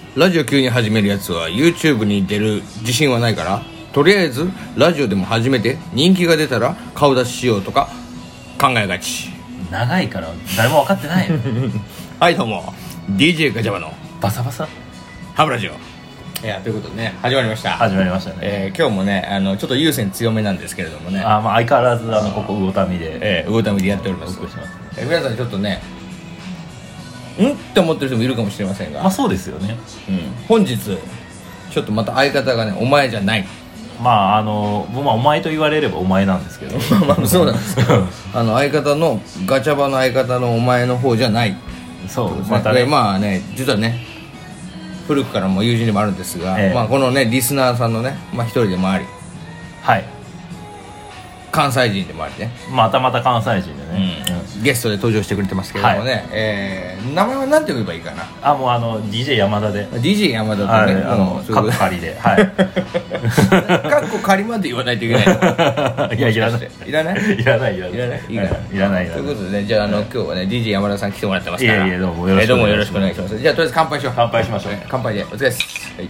ラジオ急に始めるやつは YouTube に出る自信はないから、とりあえずラジオでも始めて人気が出たら顔出ししようとか考えがち。 長いから誰も分かってないよはいどうも DJ ガチャバのバサバサハブラジオ。いやということでね、始まりました。 始まりましたね。 今日もねちょっと優先強めなんですけれどもね、 まあ相変わらずここ魚民で魚民でやっております。皆さんちょっとねって思ってる人もいるかもしれませんが、 まあそうですよね、 本日ちょっとまた相方がねお前じゃない。 まあお前と言われればお前なんですけどまあそうなんですけど相方のガチャバの相方のお前の方じゃない。 そうですね。またね、まあね実はね古くからも友人でもあるんですが、まあこのねリスナーさんのね一人でもあり、 はい関西人でもありね、 また関西人でね、 ゲストで登場してくれてますけれどもね、名前は何て呼べばいいかな。 もうDJ 山田で DJ 山田とねカッコ仮でカッコ仮まで言わないといけないいやいらないいらないいらないいらないいいかな、 いらないということでね、じゃあ今日はね DJ 山田さん来てもらってますから、 いやどうもよろしくお願いします。じゃあとりあえず乾杯しよう。 乾杯しましょう。 乾杯でお疲れです。はい。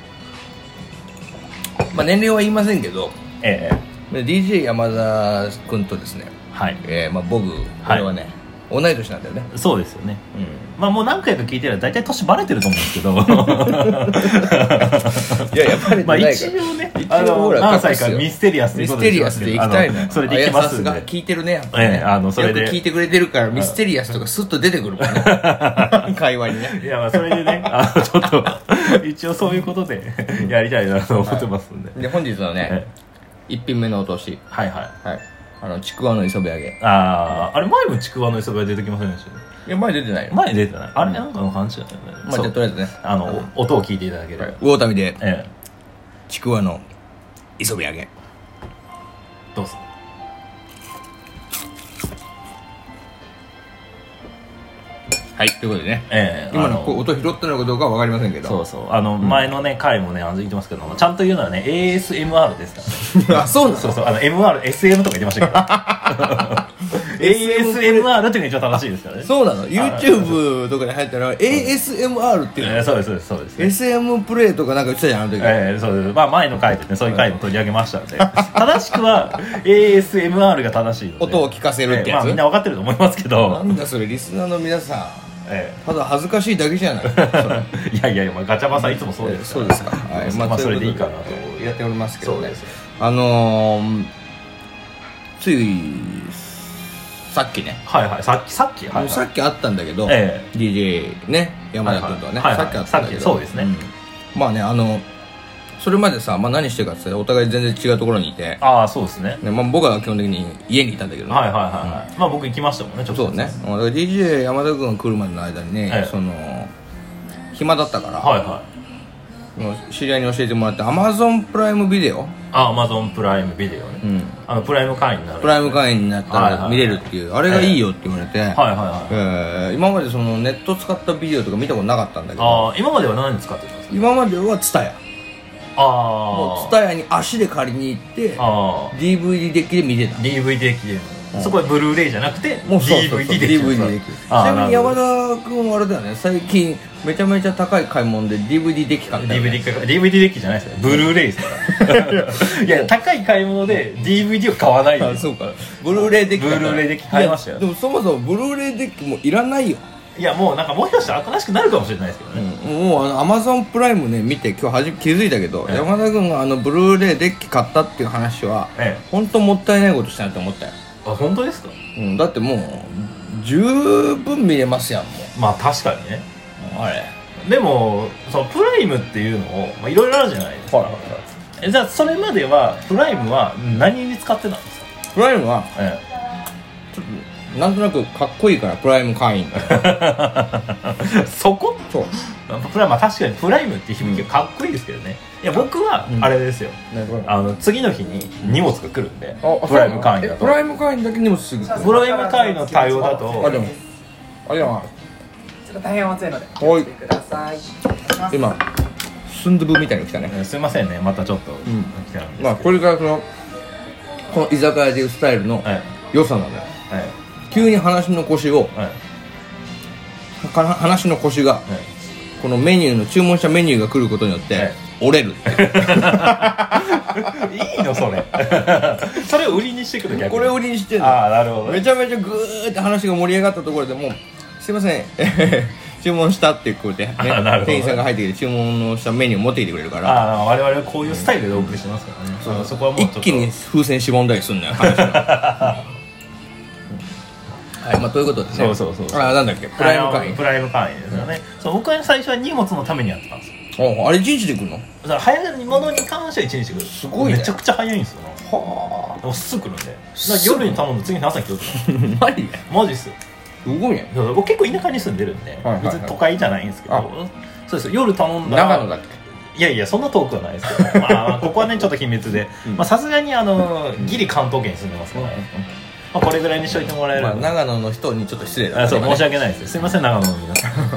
まあ年齢は言いませんけど、DJ 山田君とですね、僕これはね、同い年なんだよね。 そうですよね。まあもう何回か聞いてるら大体年バレてると思うんですけどいやバレてないから、 一応ね何歳かミステリアスでミステリアスで行きたいのよ。 それで行きますんで、 聞いてるね、やっぱね、それでよく聞いてくれてるからミステリアスとかスッと出てくるもんね会話にね。 いやまあそれでねちょっと一応そういうことでやりたいなと思ってますんで、 で本日のね一品目のお通し、ちくわの磯辺揚げ。 あれ前もちくわの磯辺出てきませんでした？ いや前出てないよ。 前出てない。あれなんかの感じだったよね。 まあじゃあとりあえずね音を聞いていただければ。 魚民でちくわの磯辺揚げどうぞ。 はい、ということでね、今の音拾ったのかどうかは分かりませんけど、 そう前のね回もね言ってますけど、ちゃんと言うのはね ASMR ですからね。 あ、そうなの？ そうMRSM とか言ってましたけどASMR っていうのが一応正しいですからね。 そうなの？ YouTube とかに入ったら ASMR っていうの？ そうですそうです。 SM プレイとかなんか言ってたじゃん、あの時。 そうです。まあ前の回でねそういう回も取り上げましたので正しくは ASMR が正しいので、 音を聞かせるってやつ。 みんな分かってると思いますけど、 なんだそれ、リスナーの皆さん、ただ恥ずかしいだけじゃない。 いやガチャバさんいつもそうですから。 そうですか。 まあそれでいいかなとやっておりますけどね。ついさっきね、 さっきあったんだけど、DJ ね山田君とはね、さっきあったんだけど、 そうですね。 まあねそれまでさ、何してるかってお互い全然違うところにいて、 そうですね。 僕は基本的に家にいたんだけど、 まあ僕行きましたもんね、ちょっと。そうね。 だから DJ 山田君が来るまでの間にね、暇だったから、知り合いに教えてもらって Amazon プライムビデオ、 Amazon プライムビデオね、プライム会員になる、 プライム会員になったら見れるっていう、あれがいいよって言われて、今までそのネット使ったビデオとか見たことなかったんだけど、 今までは何使ってたんですか？ 今までは TSUTAYA、もう TSUTAYAに足で借りに行って DVD デッキで見てた。 DVD デッキで、そこはブルーレイじゃなくてもう DVD デッキ。 ちなみに山田君はあれだよね、最近めちゃめちゃ高い買い物で DVD デッキ買ったよね。 DVD デッキじゃないですよ、ブルーレイですからいや高い買い物で DVD を買わないで。 そうか、ブルーレイデッキ買いましたよ。 でもそもそもブルーレイデッキもいらないよ。 いやもうもしかしたら新しくなるかもしれないですけどね、 もうAmazon プライムね見て今日気づいたけど、山田君がブルーレイデッキ買ったっていう話は本当もったいないことしたなって思ったよ。 本当ですか？ だってもう十分見れますやん。もうまあ確かにね。あれでもそのプライムっていうのをいろいろあるじゃないですか。じゃあそれまではプライムは何に使ってたんですか？ プライムはちょっとなんとなくかっこいいからプライム会員そこ？ そう確かにプライムっていう響きがかっこいいですけどね。いや僕はあれですよ、次の日に荷物が来るんで、プライム会員だと。 プライム会員だけ荷物すぐ来る。 プライム会員の対応だとでもちょっと大変熱いのでお気をつけください。 今スンドゥブみたいに来たね。 すいませんね、またちょっとこれからこの居酒屋でいうスタイルの良さなのよ。急に話の腰がこのメニューの注文したメニューが来ることによって折れるっていいのそれそれを売りにしてくる逆にこれを売りにしてんの。 ああなるほどねめちゃめちゃグーって話が盛り上がったところでもうすいません注文したってこうやって、ね、店員さんが入ってきて注文をしたメニューを持ってきてくれるから、 我々はこういうスタイルでお送りしますからね、そこはもうちょっと一気に風船しぼんだりするんだよ話がはい、まあということでねそうなんだっけプライム会員プライム会員ですよね、そう僕は最初は荷物のためにやってたんですよ。 あれ1日で来るの？ 早いものに関しては1日で来る。 すごいね。 めちゃくちゃ早いんですよ。 はあ。 でもすぐ来るんで。だから夜に頼んで次の朝来るとか。 マジで？ マジっす。 すごいね。 僕結構田舎に住んでるんで、別に都会じゃないんですけど、そうです。夜頼んだら。 長野だっけ？ いやいやそんな遠くはないですけど、まあここはねちょっと秘密で、まあさすがにギリ関東圏に住んでますからね。まあこれぐらいにしといてもらえれば。 長野の人にちょっと失礼だ。 そう申し訳ないです。すいません長野の皆さん。はい。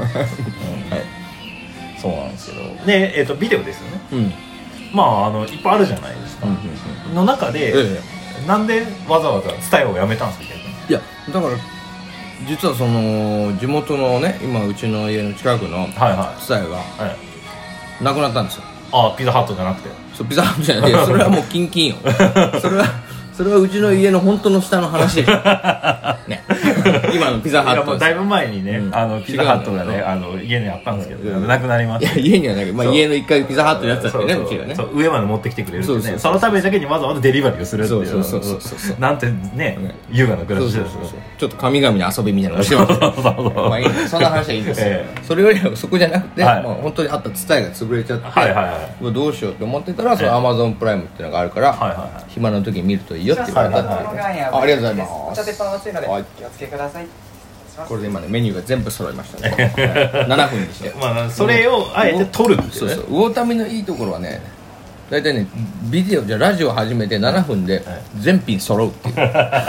そうなんですけどで、ビデオですよね、まあいっぱいあるじゃないですか、の中で、なんでわざわざTSUTAYAをやめたんですか逆に。 いやだから実はその地元のね今うちの家の近くのTSUTAYAがなくなったんですよ。 ピザハットじゃなくて。 そうピザハットじゃなくてそれはもうキンキンよそれはうちの家の本当の下の話でしょね今のピザハットだいぶ前にね、ピザハットがね家にあったんですけどなくなりました。 家にはないけど、家の1階ピザハットのやつだったよねうちがね。 上まで持ってきてくれるってね、そのためだけにわざわざデリバリーをするっていうなんてね優雅な暮らしです。 ちょっと神々の遊びみたいなのをしてましたまあいいそんな話はいいんですよ。それよりはそこじゃなくて本当にあったTSUTAYAが潰れちゃってどうしようって思ってたらその Amazon プライムっていうのがあるから暇な時に見るといいよって言われたっていう。ありがとうございます。 お茶鉄板熱いのでお気をつけください。 これで今ねメニューが全部揃いましたね7分にしてまあそれをあえて撮るっていうね。 そう魚民のいいところはね大体ねビデオじゃラジオ始めて7分で全品揃うっていう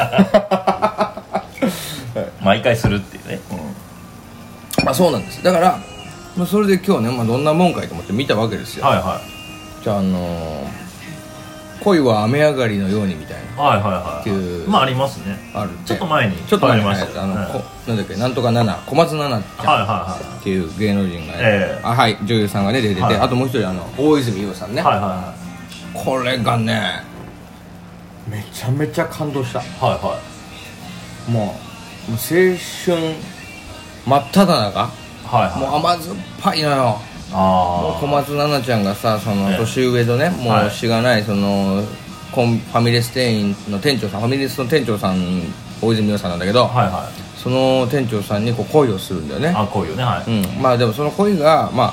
毎回するっていうね、 まあそうなんです。だからそれで今日ね、どんなもんかいと思って見たわけですよ。じゃあ恋は雨上がりのようにみたいなっていうまあありますね。 あるちょっと前にありました。なんだっけなんとか奈々小松菜奈ちゃんっていう芸能人が女優さんがね出てて、あともう一人大泉洋さんね。これがねめちゃめちゃ感動した。もう青春真っ只中、もう甘酸っぱいのよ。もう小松菜奈ちゃんがさその年上のねもうしがないそのファミレス店員の店長さんファミレスの店長さん大泉洋さんなんだけど、その店長さんにこう恋をするんだよね。 恋をね。 まあでもその恋がまあ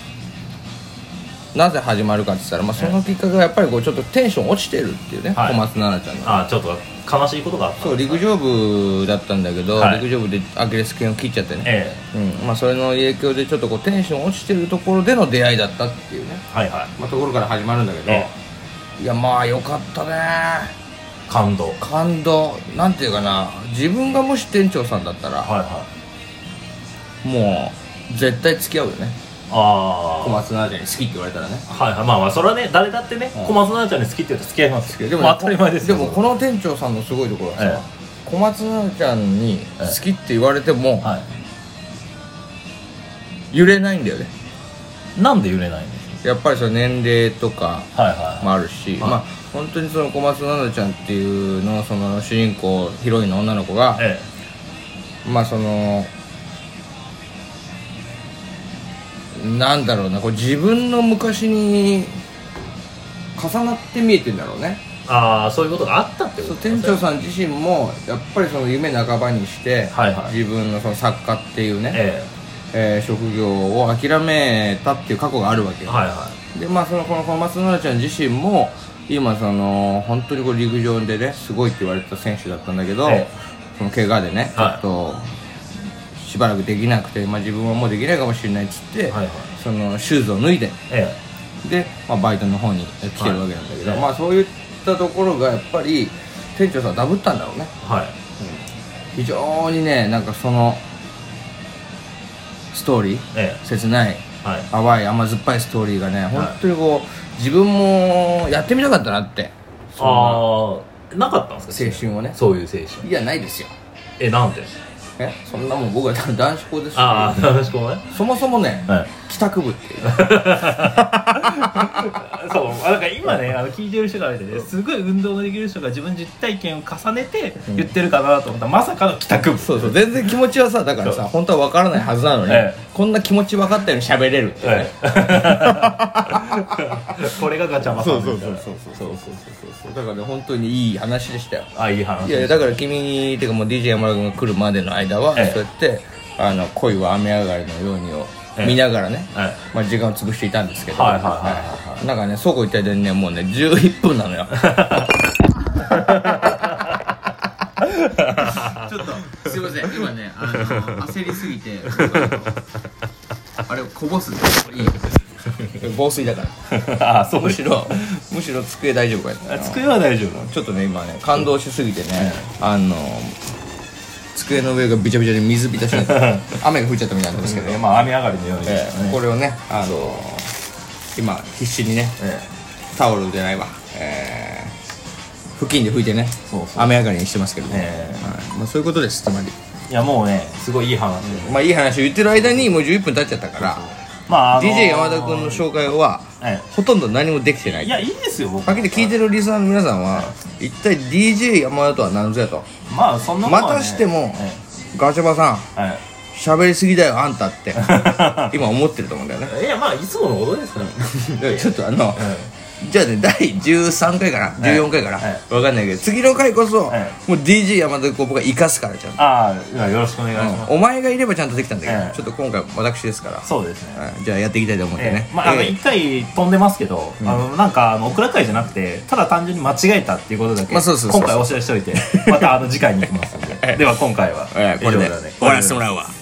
なぜ始まるかって言ったら、まあ、そのきっかけがやっぱりこうちょっとテンション落ちてるっていうね、小松菜奈ちゃんのちょっと悲しいことがあった。 そう陸上部だったんだけど、陸上部でアキレス腱を切っちゃってね、まあ、それの影響でちょっとこうテンション落ちてるところでの出会いだったっていうね、まあ、ところから始まるんだけど、いやまあよかったね。感動なんていうかな、自分がもし店長さんだったら、もう絶対付き合うよね。小松菜奈ちゃんに好きって言われたらね。 まあそれはね誰だってね、小松菜奈ちゃんに好きって言うと付き合いますよ。でも当たり前ですよ。 でもこの店長さんのすごいところはさ、小松菜奈ちゃんに好きって言われても、揺れないんだよね。 なんで揺れないんですか？ やっぱりその年齢とかもあるし、まあ本当にその小松菜奈ちゃんっていうのその主人公ヒロインの女の子が、まあそのなんだろうな、こう自分の昔に重なって見えてんだろうね。 そういうことがあったってことですね。 店長さん自身もやっぱりその夢半ばにして、自分のその作家っていうね、職業を諦めたっていう過去があるわけよ。でまあそのこの小松菜奈ちゃん自身も今その本当にこう陸上でねすごいって言われた選手だったんだけど、その怪我でねちょっとしばらくできなくて、まあ、自分はもうできないかもしれないっつって、そのシューズを脱いで、で、まあ、バイトの方に来てるわけなんだけど、まあそういったところがやっぱり店長さんダブったんだろうね。非常にねなんかそのストーリー、切ない、淡い甘酸っぱいストーリーがね本当にこう自分もやってみたかったなって。 なかったんですか青春をね。 そういう青春。 いやないですよ。 なんでそんなもん僕は男子校ですし。 ああ、男子校ね。 そもそもね、帰宅部っていうそう、 なんか今ね、聞いてる人がいてね、すごい運動ができる人が自分実体験を重ねて言ってるかなと思ったら、まさかの帰宅部。 そうそう、全然気持ちはさ、だからさ、本当は分からないはずなのに、こんな気持ち分かったように喋れるってね。 これがガチャマさんみたいな。 そうだからね、本当にいい話でしたよ。 いい話。 いやだから君てかもう DJ 山田君が来るまでの間は、そうやって恋は雨上がりのようにを見ながらね、まあ時間を潰していたんですけど、なんかね、そうこう言った間にね、もうね11分なのよ。ちょっとすいません、今ね焦りすぎてあれをこぼす。いい防水だからそう、むしろ机大丈夫かや。 机は大丈夫。 ちょっとね今ね感動しすぎてね、机の上がびちゃびちゃで水浸しになって雨が降っちゃったみたいなんですけど、 まあ雨上がりのように、 これをね今必死にね、タオルじゃないわ、布巾で拭いてね、雨上がりにしてますけどね、まあそういうことです。つまりいやもうね、すごいいい話、 まあいい話を言ってる間にもう11分経っちゃったから、まあDJ 山田君の紹介はほとんど何もできてない。 いや、いいですよ。僕はっきり聞いてるリスナーの皆さんは一体 DJ 山田とは何ぞやと。 まあそんなことはね、 またしてもガチャバさん喋りすぎだよあんたって今思ってると思うんだよね。 いや、まあいつものことですからちょっとじゃあね、第13回かな、14回かな、分かんないけど、次の回こそもう DJ 山田君僕が生かすから、ちゃんと。 ああ、よろしくお願いします。 お前がいればちゃんとできたんだけど、ちょっと今回私ですから。 そうですね。 じゃあやっていきたいと思ってね。 まあ1回飛んでますけど、なんかオクラ会じゃなくて、ただ単純に間違えたっていうことだけ今回お知らせしておいて、また次回に行きますので。では今回はこれで終わらせてもらうわ。